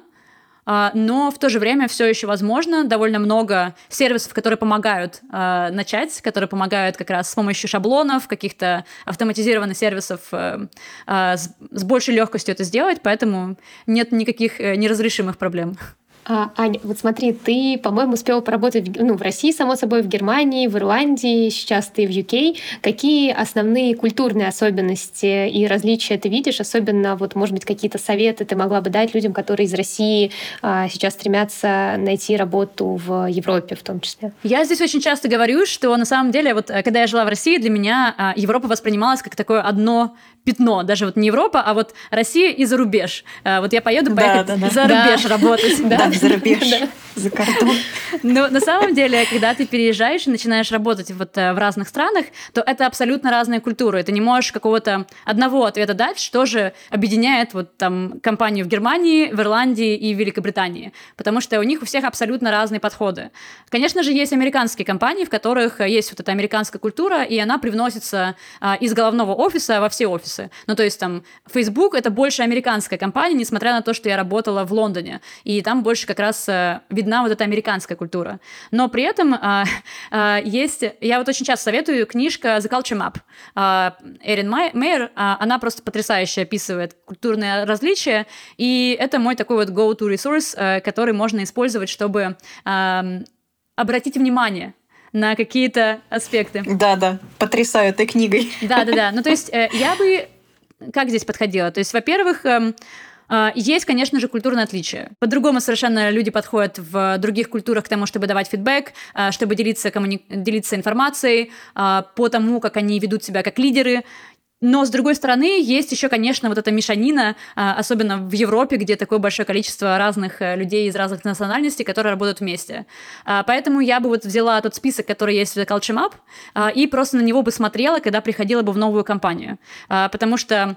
Speaker 4: э, но в то же время все еще возможно. Довольно много сервисов, которые помогают э, начать, которые помогают как раз с помощью шаблонов, каких-то автоматизированных сервисов э, э, с, с большей легкостью это сделать, поэтому нет никаких э, неразрешимых проблем.
Speaker 2: А, Аня, вот смотри, ты, по-моему, успела поработать в, ну, в России, само собой, в Германии, в Ирландии, сейчас ты в ю кей. Какие основные культурные особенности и различия ты видишь? Особенно, вот, может быть, какие-то советы ты могла бы дать людям, которые из России а, сейчас стремятся найти работу в Европе в том числе? Я
Speaker 4: здесь очень часто говорю, что на самом деле, вот когда я жила в России, для меня а, Европа воспринималась как такое одно пятно. Даже вот не Европа, а вот Россия и зарубеж. А, вот я поеду поехать да, да, да. за рубеж да. работать.
Speaker 3: Да. За рубеж, да. за кордон.
Speaker 4: Но на самом деле, когда ты переезжаешь и начинаешь работать вот в разных странах, то это абсолютно разные культуры. Ты не можешь какого-то одного ответа дать, что же объединяет вот там компанию в Германии, в Ирландии и в Великобритании. Потому что у них у всех абсолютно разные подходы. Конечно же, есть американские компании, в которых есть вот эта американская культура, и она привносится а, из головного офиса во все офисы. Ну, то есть там Facebook — это больше американская компания, несмотря на то, что я работала в Лондоне. И там больше как раз э, видна вот эта американская культура. Но при этом э, э, есть... Я вот очень часто советую книжка «The Culture Map». Э, Эрин Мейер, э, она просто потрясающе описывает культурные различия, и это мой такой вот go-to resource, э, который можно использовать, чтобы э, обратить внимание на какие-то аспекты.
Speaker 3: Да-да, потрясаю этой книгой.
Speaker 4: Да-да-да. Ну, то есть э, я бы... Как здесь подходила? То есть, во-первых... Э, Есть, конечно же, культурные отличия. По-другому совершенно люди подходят в других культурах к тому, чтобы давать фидбэк, чтобы делиться, коммуни... делиться информацией, по тому, как они ведут себя как лидеры. Но, с другой стороны, есть еще, конечно, вот эта мешанина, особенно в Европе, где такое большое количество разных людей из разных национальностей, которые работают вместе. Поэтому я бы вот взяла тот список, который есть в The Culture Map, и просто на него бы смотрела, когда приходила бы в новую компанию. Потому что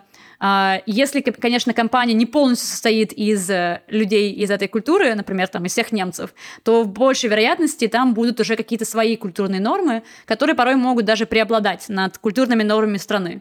Speaker 4: если, конечно, компания не полностью состоит из людей из этой культуры, например, там, из всех немцев, то в большей вероятности там будут уже какие-то свои культурные нормы, которые порой могут даже преобладать над культурными нормами страны.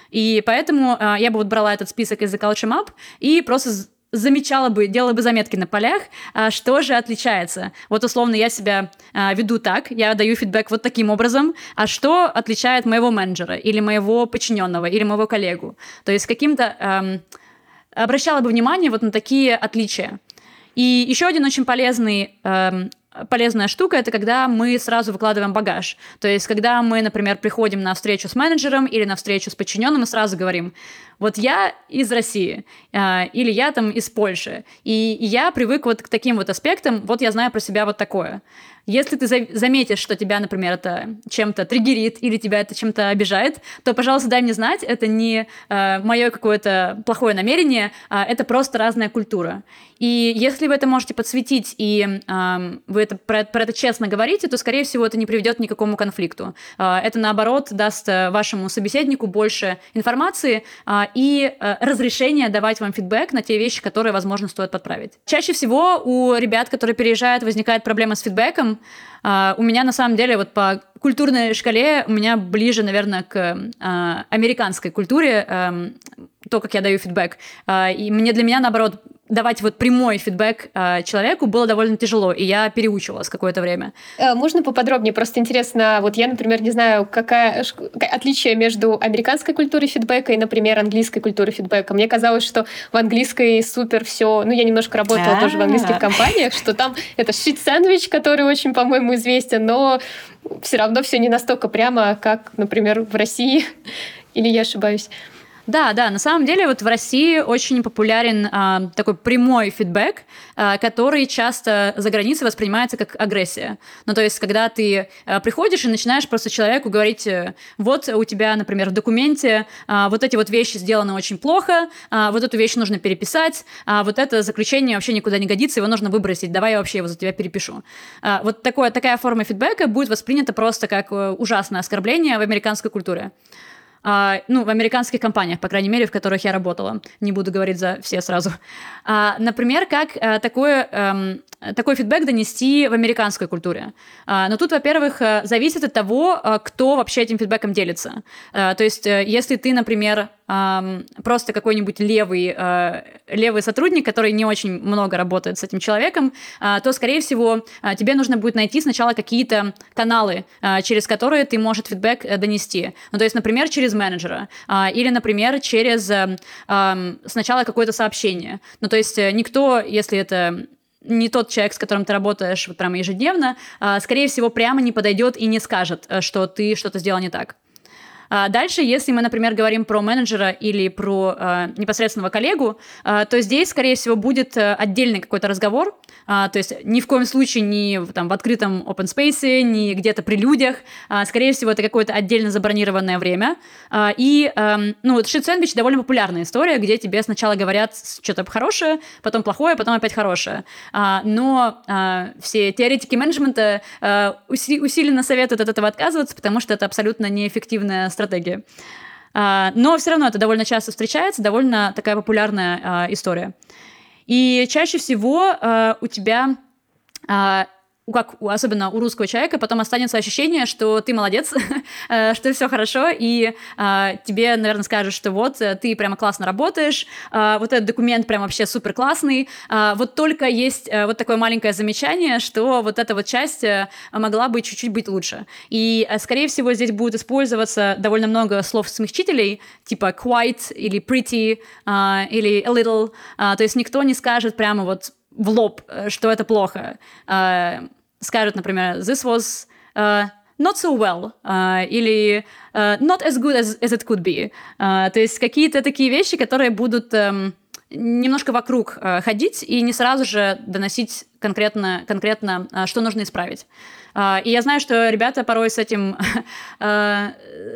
Speaker 4: И поэтому я бы вот брала этот список из The Culture Map и просто замечала бы, делала бы заметки на полях, что же отличается. Вот условно я себя веду так, я даю фидбэк вот таким образом, а что отличает моего менеджера или моего подчиненного или моего коллегу. То есть каким-то эм, обращала бы внимание вот на такие отличия. И еще один очень полезный эм, полезная штука — это когда мы сразу выкладываем багаж. То есть, когда мы, например, приходим на встречу с менеджером или на встречу с подчиненным, мы сразу говорим: вот я из России, э, или я там из Польши, и, и я привык вот к таким вот аспектам, вот я знаю про себя вот такое. Если ты за- заметишь, что тебя, например, это чем-то триггерит или тебя это чем-то обижает, то, пожалуйста, дай мне знать, это не э, мое какое-то плохое намерение, а это просто разная культура. И если вы это можете подсветить, и э, вы это, про, про это честно говорите, то, скорее всего, это не приведет ни к какому конфликту. Э, это, наоборот, даст вашему собеседнику больше информации э, и э, разрешение давать вам фидбэк на те вещи, которые, возможно, стоит подправить. Чаще всего у ребят, которые переезжают, возникает проблема с фидбэком. Uh, у меня, на самом деле, вот по культурной шкале у меня ближе, наверное, к uh, американской культуре uh, то, как я даю фидбэк. Uh, и мне, для меня, наоборот, давать вот прямой фидбэк uh, человеку было довольно тяжело, и я переучивалась какое-то время.
Speaker 2: Можно поподробнее? Просто интересно, вот я, например, не знаю, какая отличие между американской культурой фидбэка и, например, английской культурой фидбэка. Мне казалось, что в английской супер все. Ну, я немножко работала А-а-а. тоже в английских компаниях, что там это shit-сэндвич, который очень, по-моему, известен, но все равно все не настолько прямо, как, например, в России. Или я ошибаюсь?
Speaker 4: Да, да, на самом деле вот в России очень популярен а, такой прямой фидбэк, а, который часто за границей воспринимается как агрессия. Ну, то есть, когда ты а, приходишь и начинаешь просто человеку говорить: вот у тебя, например, в документе а, вот эти вот вещи сделаны очень плохо, а, вот эту вещь нужно переписать, а вот это заключение вообще никуда не годится, его нужно выбросить, давай я вообще его за тебя перепишу. А, вот такое, такая форма фидбэка будет воспринята просто как ужасное оскорбление в американской культуре. А, ну, в американских компаниях, по крайней мере, в которых я работала. Не буду говорить за все сразу. А, например, как а, такое, эм, такой фидбэк донести в американской культуре. А, но тут, во-первых, зависит от того, кто вообще этим фидбэком делится. А, то есть, если ты, например, эм, просто какой-нибудь левый, э, левый сотрудник, который не очень много работает с этим человеком, э, то, скорее всего, э, тебе нужно будет найти сначала какие-то каналы, э, через которые ты можешь фидбэк э, донести. Ну, то есть, например, через менеджера э, или, например, через э, э, сначала какое-то сообщение. Ну, то есть, э, никто, если это не тот человек, с которым ты работаешь вот прямо ежедневно, э, скорее всего, прямо не подойдет и не скажет, э, что ты что-то сделал не так. Дальше, если мы, например, говорим про менеджера или про э, непосредственного коллегу, э, то здесь, скорее всего, будет э, отдельный какой-то разговор, э, то есть ни в коем случае не там, в открытом open space, не где-то при людях, э, скорее всего, это какое-то отдельно забронированное время. Э, и, э, ну, shit sandwich довольно популярная история, где тебе сначала говорят что-то хорошее, потом плохое, потом опять хорошее. Э, но э, все теоретики менеджмента э, уси- усиленно советуют от этого отказываться, потому что это абсолютно неэффективная стратегия. Но все равно это довольно часто встречается, довольно такая популярная история. И чаще всего у тебя, как особенно у русского человека, потом останется ощущение, что ты молодец, что все хорошо, и тебе, наверное, скажут, что вот, ты прямо классно работаешь, вот этот документ прям вообще супер классный, вот только есть вот такое маленькое замечание, что вот эта вот часть могла бы чуть-чуть быть лучше. И, скорее всего, здесь будет использоваться довольно много слов-смягчителей, типа quite или pretty, или a little, то есть никто не скажет прямо вот в лоб, что это плохо. Скажут, например, this was uh, not so well, uh, или uh, not as good as, as it could be. Uh, то есть какие-то такие вещи, которые будут um, немножко вокруг uh, ходить и не сразу же доносить конкретно, конкретно uh, что нужно исправить. Uh, и я знаю, что ребята порой с этим... uh,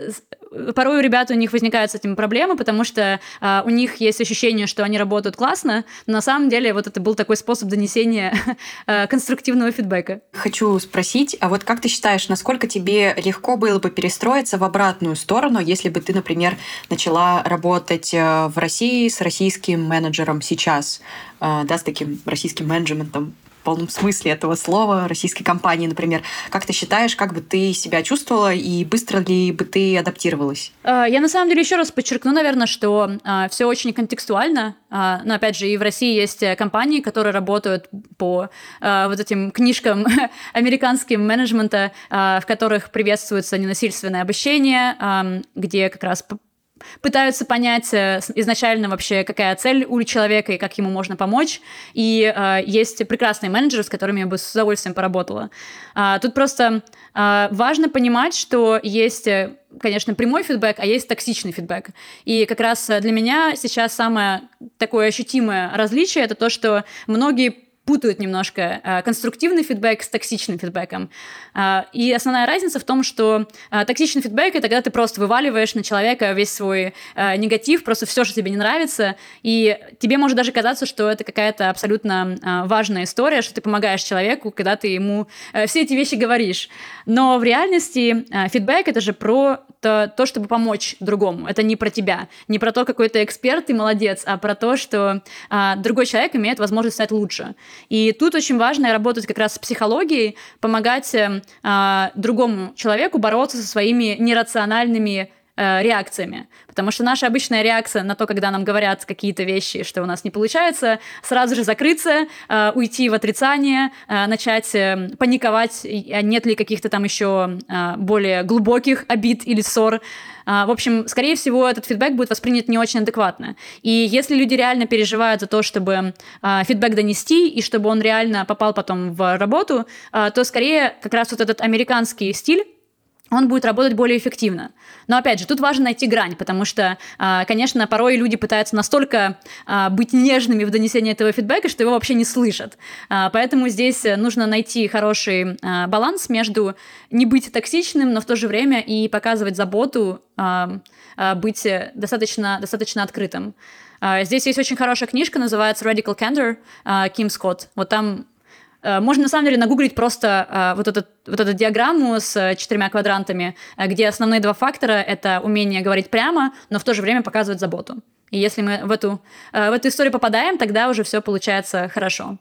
Speaker 4: Порой у ребят у них возникают с этим проблемы, потому что uh, у них есть ощущение, что они работают классно, но на самом деле вот это был такой способ донесения uh, конструктивного фидбэка.
Speaker 3: Хочу спросить, а вот как ты считаешь, насколько тебе легко было бы перестроиться в обратную сторону, если бы ты, например, начала работать в России с российским менеджером сейчас, uh, да, с таким российским менеджментом? В полном смысле этого слова, российской компании, например. Как ты считаешь, как бы ты себя чувствовала и быстро ли бы ты адаптировалась?
Speaker 4: Я на самом деле еще раз подчеркну, наверное, что uh, все очень контекстуально. Uh, но опять же, и в России есть компании, которые работают по uh, вот этим книжкам американским менеджмента, uh, в которых приветствуется ненасильственное обучение, uh, где как раз пытаются понять изначально вообще, какая цель у человека и как ему можно помочь. И э, есть прекрасные менеджеры, с которыми я бы с удовольствием поработала. А, тут просто э, важно понимать, что есть, конечно, прямой фидбэк, а есть токсичный фидбэк. И как раз для меня сейчас самое такое ощутимое различие – это то, что многие путают немножко э, конструктивный фидбэк с токсичным фидбэком. Э, и основная разница в том, что э, токсичный фидбэк – это когда ты просто вываливаешь на человека весь свой э, негатив, просто все, что тебе не нравится, и тебе может даже казаться, что это какая-то абсолютно э, важная история, что ты помогаешь человеку, когда ты ему э, все эти вещи говоришь. Но в реальности э, фидбэк – это же про то, то, чтобы помочь другому. Это не про тебя, не про то, какой ты эксперт и молодец, а про то, что э, другой человек имеет возможность стать лучше. И тут очень важно работать как раз с психологией, помогать э, другому человеку бороться со своими нерациональными э, реакциями. Потому что наша обычная реакция на то, когда нам говорят какие-то вещи, что у нас не получается, сразу же закрыться, э, уйти в отрицание, э, начать э, паниковать, нет ли каких-то там еще э, более глубоких обид или ссор. В общем, скорее всего, этот фидбэк будет воспринят не очень адекватно. И если люди реально переживают за то, чтобы э, фидбэк донести, и чтобы он реально попал потом в работу, э, то скорее как раз вот этот американский стиль, он будет работать более эффективно. Но, опять же, тут важно найти грань, потому что, конечно, порой люди пытаются настолько быть нежными в донесении этого фидбэка, что его вообще не слышат. Поэтому здесь нужно найти хороший баланс между не быть токсичным, но в то же время и показывать заботу, быть достаточно, достаточно открытым. Здесь есть очень хорошая книжка, называется «Radical Candor», Ким Скотт. Вот там Можно, на самом деле, нагуглить просто вот, этот, вот эту диаграмму с четырьмя квадрантами, где основные два фактора — это умение говорить прямо, но в то же время показывать заботу. И если мы в эту, в эту историю попадаем, тогда уже все получается хорошо.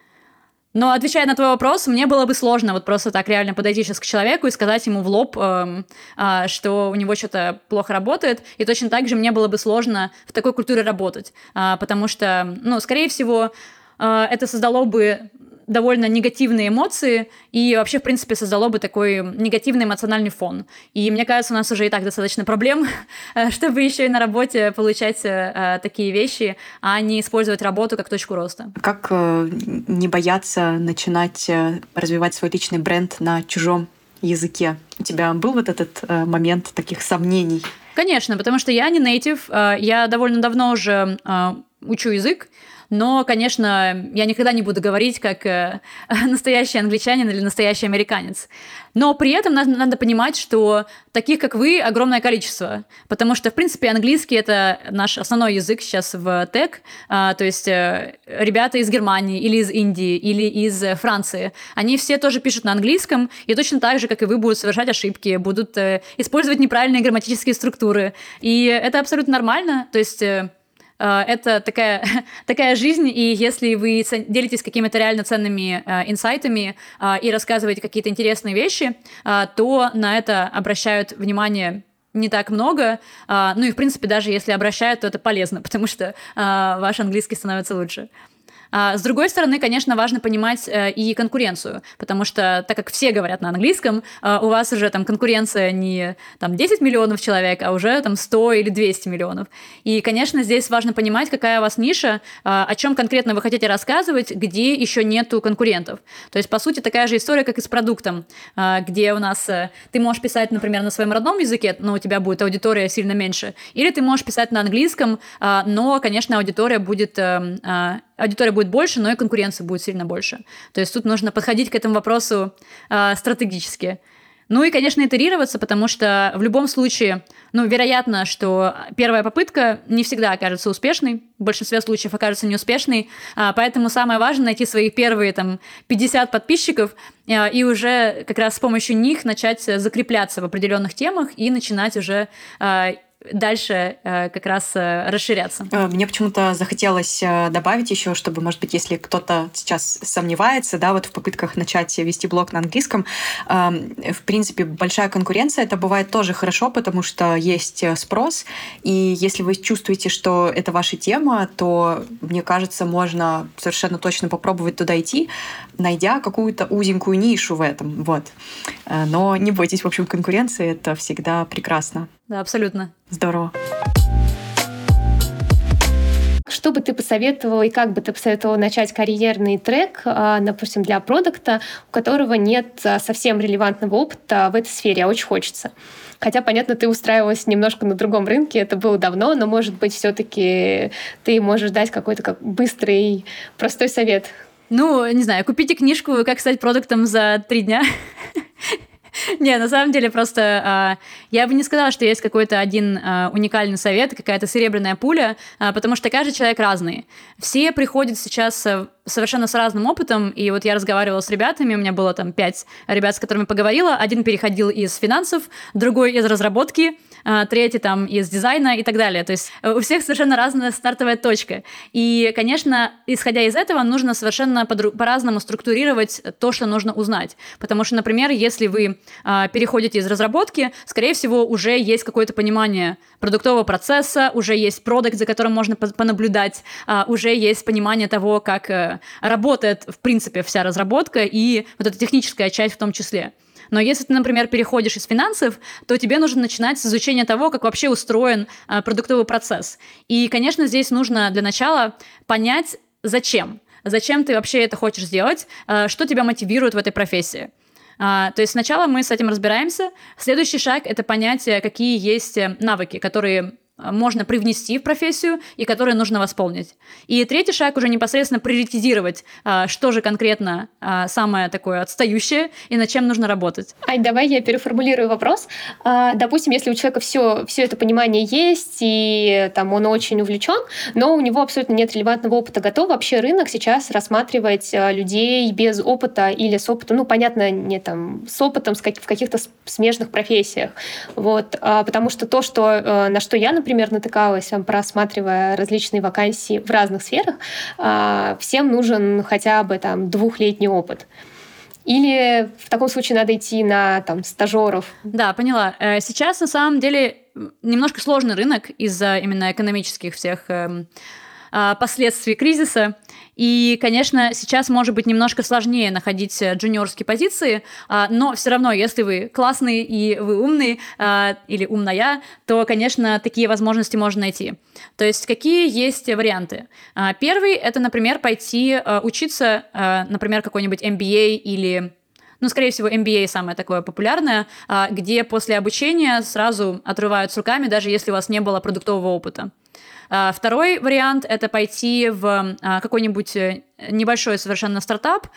Speaker 4: Но, отвечая на твой вопрос, мне было бы сложно вот просто так реально подойти сейчас к человеку и сказать ему в лоб, э, э, что у него что-то плохо работает. И точно так же мне было бы сложно в такой культуре работать, э, потому что, ну, скорее всего, э, это создало бы довольно негативные эмоции и вообще, в принципе, создало бы такой негативный эмоциональный фон. И мне кажется, у нас уже и так достаточно проблем, чтобы еще и на работе получать э, такие вещи, а не использовать работу как точку роста.
Speaker 3: Как э, не бояться начинать э, развивать свой личный бренд на чужом языке? У тебя был вот этот э, момент таких сомнений?
Speaker 4: Конечно, потому что я не нейтив, э, я довольно давно уже э, учу язык, но, конечно, я никогда не буду говорить как э, настоящий англичанин или настоящий американец. Но при этом надо, надо понимать, что таких, как вы, огромное количество. Потому что, в принципе, английский — это наш основной язык сейчас в тех. А, то есть э, ребята из Германии или из Индии или из Франции, они все тоже пишут на английском, и точно так же, как и вы, будут совершать ошибки, будут э, использовать неправильные грамматические структуры. И это абсолютно нормально. То есть... Э, Это такая, такая жизнь, и если вы делитесь какими-то реально ценными э, инсайтами э, и рассказываете какие-то интересные вещи, э, то на это обращают внимание не так много. Э, ну и, в принципе, даже если обращают, то это полезно, потому что э, ваш английский становится лучше. А с другой стороны, конечно, важно понимать э, и конкуренцию, потому что, так как все говорят на английском, э, у вас уже там конкуренция не там, десять миллионов человек, а уже там сто или двести миллионов. И, конечно, здесь важно понимать, какая у вас ниша, э, о чем конкретно вы хотите рассказывать, где еще нету конкурентов. То есть, по сути, такая же история, как и с продуктом, э, где у нас э, ты можешь писать, например, на своем родном языке, но у тебя будет аудитория сильно меньше, или ты можешь писать на английском, э, но, конечно, аудитория будет... Э, э, Аудитория будет больше, но и конкуренция будет сильно больше. То есть тут нужно подходить к этому вопросу э, стратегически. Ну и, конечно, итерироваться, потому что в любом случае, ну, вероятно, что первая попытка не всегда окажется успешной, в большинстве случаев окажется неуспешной, э, поэтому самое важное — найти свои первые там, пятьдесят подписчиков э, и уже как раз с помощью них начать закрепляться в определенных темах и начинать уже... Э, дальше э, как раз э, расширяться.
Speaker 3: Мне почему-то захотелось добавить еще, чтобы, может быть, если кто-то сейчас сомневается, да, вот в попытках начать вести блог на английском, э, в принципе, большая конкуренция, это бывает тоже хорошо, потому что есть спрос, и если вы чувствуете, что это ваша тема, то, мне кажется, можно совершенно точно попробовать туда идти, найдя какую-то узенькую нишу в этом, вот. Но не бойтесь, в общем, конкуренции, это всегда прекрасно.
Speaker 4: Да, абсолютно.
Speaker 3: Здорово.
Speaker 2: Что бы ты посоветовала и как бы ты посоветовала начать карьерный трек, допустим, для продукта, у которого нет совсем релевантного опыта в этой сфере, а очень хочется? Хотя, понятно, ты устраивалась немножко на другом рынке, это было давно, но, может быть, все-таки ты можешь дать какой-то как быстрый, простой совет.
Speaker 4: Ну, не знаю, купите книжку «Как стать продуктом за три дня». Не, на самом деле просто э, я бы не сказала, что есть какой-то один э, уникальный совет, какая-то серебряная пуля, э, потому что каждый человек разный. Все приходят сейчас э, совершенно с разным опытом, и вот я разговаривала с ребятами, у меня было там пять ребят, с которыми поговорила, один переходил из финансов, другой из разработки, э, третий там из дизайна и так далее. То есть у всех совершенно разная стартовая точка. И, конечно, исходя из этого, нужно совершенно по- по-разному структурировать то, что нужно узнать. Потому что, например, если вы переходите из разработки, скорее всего, уже есть какое-то понимание продуктового процесса, уже есть продукт, за которым можно понаблюдать, уже есть понимание того, как работает, в принципе, вся разработка и вот эта техническая часть в том числе. Но если ты, например, переходишь из финансов, то тебе нужно начинать с изучения того, как вообще устроен продуктовый процесс. И, конечно, здесь нужно для начала понять, зачем. Зачем ты вообще это хочешь сделать, что тебя мотивирует в этой профессии. А, то есть сначала мы с этим разбираемся. Следующий шаг — это понять, какие есть навыки, которые можно привнести в профессию и которые нужно восполнить. И третий шаг уже непосредственно приоритизировать, что же конкретно самое такое отстающее и над чем нужно работать.
Speaker 2: Ань, давай я переформулирую вопрос. Допустим, если у человека все, все это понимание есть, и там, он очень увлечен, но у него абсолютно нет релевантного опыта, готов вообще рынок сейчас рассматривать людей без опыта или с опытом, ну, понятно, не там, с опытом в каких-то смежных профессиях. Вот. Потому что то, что, на что я, например, натыкалась, просматривая различные вакансии в разных сферах, всем нужен хотя бы там двухлетний опыт. Или в таком случае надо идти на там, стажеров?
Speaker 4: Да, поняла. Сейчас на самом деле немножко сложный рынок из-за именно экономических всех последствий кризиса. И, конечно, сейчас может быть немножко сложнее находить джуниорские позиции, но все равно, если вы классный и вы умный или умная, то, конечно, такие возможности можно найти. То есть какие есть варианты? Первый – это, например, пойти учиться, например, какой-нибудь эм би эй или... Ну, скорее всего, эм би эй самое такое популярное, где после обучения сразу отрывают с руками, даже если у вас не было продуктового опыта. Второй вариант – это пойти в какой-нибудь небольшой совершенно стартап,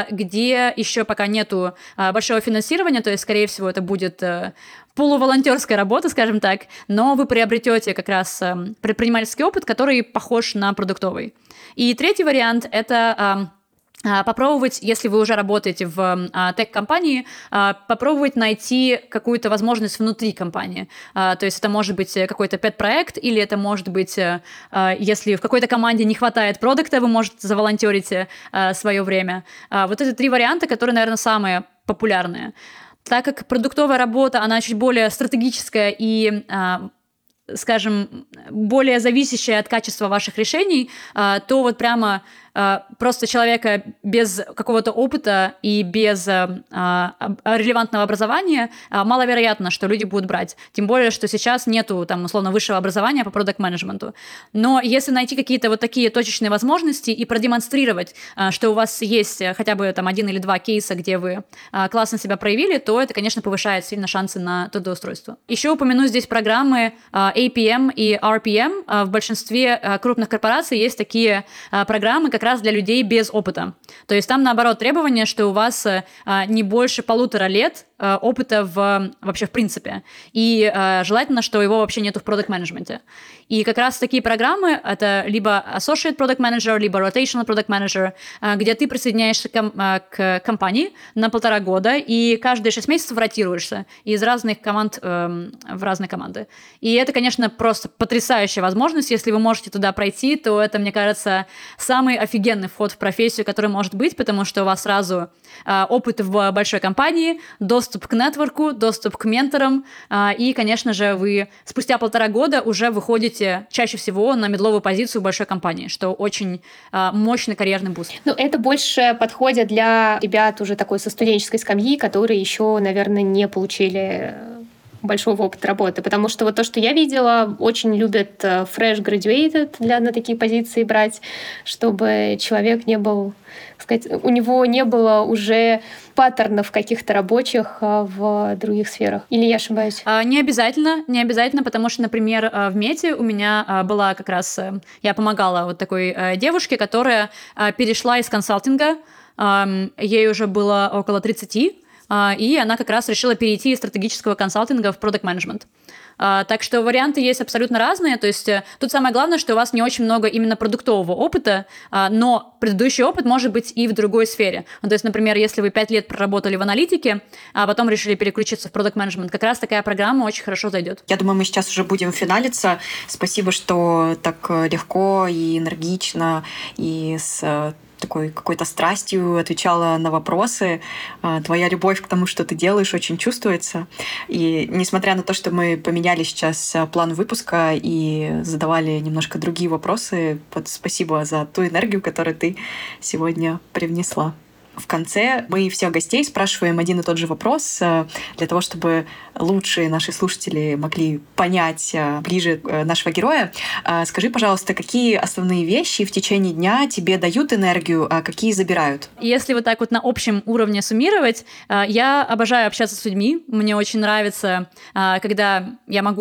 Speaker 4: где еще пока нету большого финансирования, то есть, скорее всего, это будет полуволонтерская работа, скажем так, но вы приобретете как раз предпринимательский опыт, который похож на продуктовый. И третий вариант – это... попробовать, если вы уже работаете в а, тех-компании, а, попробовать найти какую-то возможность внутри компании. А, то есть это может быть какой-то пэт-проект, или это может быть, а, если в какой-то команде не хватает продукта, вы можете заволонтерить а, свое время. А, вот это три варианта, которые, наверное, самые популярные. Так как продуктовая работа, она чуть более стратегическая и... А, скажем, более зависящая от качества ваших решений, то вот прямо просто человека без какого-то опыта и без релевантного образования маловероятно, что люди будут брать. Тем более, что сейчас нету, там, условно, высшего образования по продакт-менеджменту. Но если найти какие-то вот такие точечные возможности и продемонстрировать, что у вас есть хотя бы там один или два кейса, где вы классно себя проявили, то это, конечно, повышает сильно шансы на трудоустройство. Еще упомяну здесь программы эй пи эм и ар пи эм. В большинстве крупных корпораций есть такие программы, как раз для людей без опыта. То есть там, наоборот, требование, что у вас не больше полутора лет опыта в, вообще в принципе. И желательно, что его вообще нету в продакт-менеджменте. И как раз такие программы — это либо Associate Product Manager, либо Rotational Product Manager, где ты присоединяешься к компании на полтора года, и каждые шесть месяцев ротируешься из разных команд в разные команды. И это, конечно, просто потрясающая возможность. Если вы можете туда пройти, то это, мне кажется, самый офигенный вход в профессию, который может быть, потому что у вас сразу опыт в большой компании, доступ к нетворку, доступ к менторам, и, конечно же, вы спустя полтора года уже выходите чаще всего на мидловую позицию в большой компании, что очень мощный карьерный буст.
Speaker 2: Ну, это больше подходит для ребят уже такой со студенческой скамьи, которые еще, наверное, не получили большого опыта работы, потому что вот то, что я видела, очень любят fresh graduated для, на такие позиции брать, чтобы человек не был, так сказать, у него не было уже паттернов каких-то рабочих в других сферах. Или я ошибаюсь?
Speaker 4: А, не обязательно, не обязательно, потому что, например, в Мете у меня была как раз, я помогала вот такой девушке, которая перешла из консалтинга, ей уже было около тридцати, и она как раз решила перейти из стратегического консалтинга в продакт-менеджмент. Так что варианты есть абсолютно разные. То есть тут самое главное, что у вас не очень много именно продуктового опыта, но предыдущий опыт может быть и в другой сфере. То есть, например, если вы пять лет проработали в аналитике, а потом решили переключиться в продакт-менеджмент, как раз такая программа очень хорошо зайдет.
Speaker 3: Я думаю, мы сейчас уже будем финалиться. Спасибо, что так легко и энергично и с такой какой-то страстью отвечала на вопросы. Твоя любовь к тому, что ты делаешь, очень чувствуется. И несмотря на то, что мы поменяли сейчас план выпуска и задавали немножко другие вопросы, вот спасибо за ту энергию, которую ты сегодня привнесла. В конце мы всех гостей спрашиваем один и тот же вопрос для того, чтобы лучшие наши слушатели могли понять ближе нашего героя. Скажи, пожалуйста, какие основные вещи в течение дня тебе дают энергию, а какие забирают?
Speaker 4: Если вот так вот на общем уровне суммировать, я обожаю общаться с людьми. Мне очень нравится, когда я могу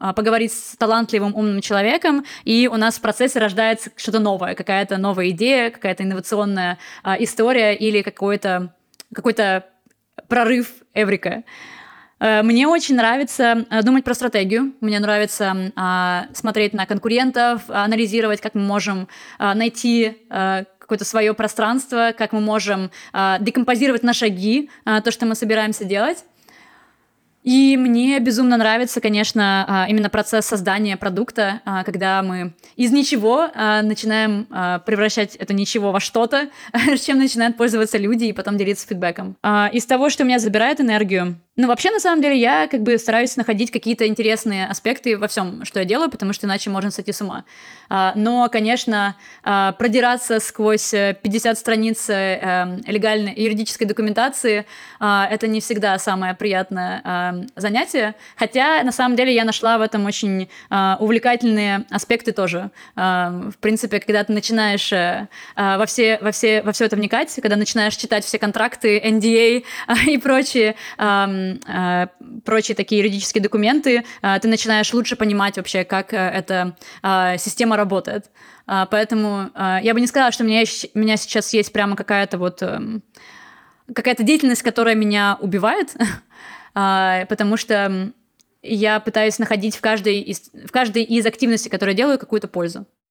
Speaker 4: поговорить с талантливым, умным человеком, и у нас в процессе рождается что-то новое, какая-то новая идея, какая-то инновационная история или какой-то, какой-то прорыв эврика. Мне очень нравится думать про стратегию, мне нравится а, смотреть на конкурентов, анализировать, как мы можем а, найти а, какое-то свое пространство, как мы можем а, декомпозировать на шаги а, то, что мы собираемся делать. И мне безумно нравится, конечно, именно процесс создания продукта, когда мы из ничего начинаем превращать это ничего во что-то, чем начинают пользоваться люди и потом делиться фидбэком. Из того, что у меня забирает энергию, ну, вообще, на самом деле, я как бы стараюсь находить какие-то интересные аспекты во всем, что я делаю, потому что иначе можно сойти с ума. Но, конечно, продираться сквозь пятьдесят страниц легальной юридической документации — это не всегда самое приятное занятие, хотя, на самом деле, я нашла в этом очень увлекательные аспекты тоже. В принципе, когда ты начинаешь во все, во все, во все это вникать, когда начинаешь читать все контракты, эн ди эй и прочие прочие такие юридические документы, ты начинаешь лучше понимать вообще, как эта система работает. Поэтому я бы не сказала, что у меня, у меня сейчас есть прямо какая-то вот какая-то деятельность, которая меня убивает, потому что я пытаюсь находить в каждой из, в каждой из активностей, которые я делаю, какую-то пользу.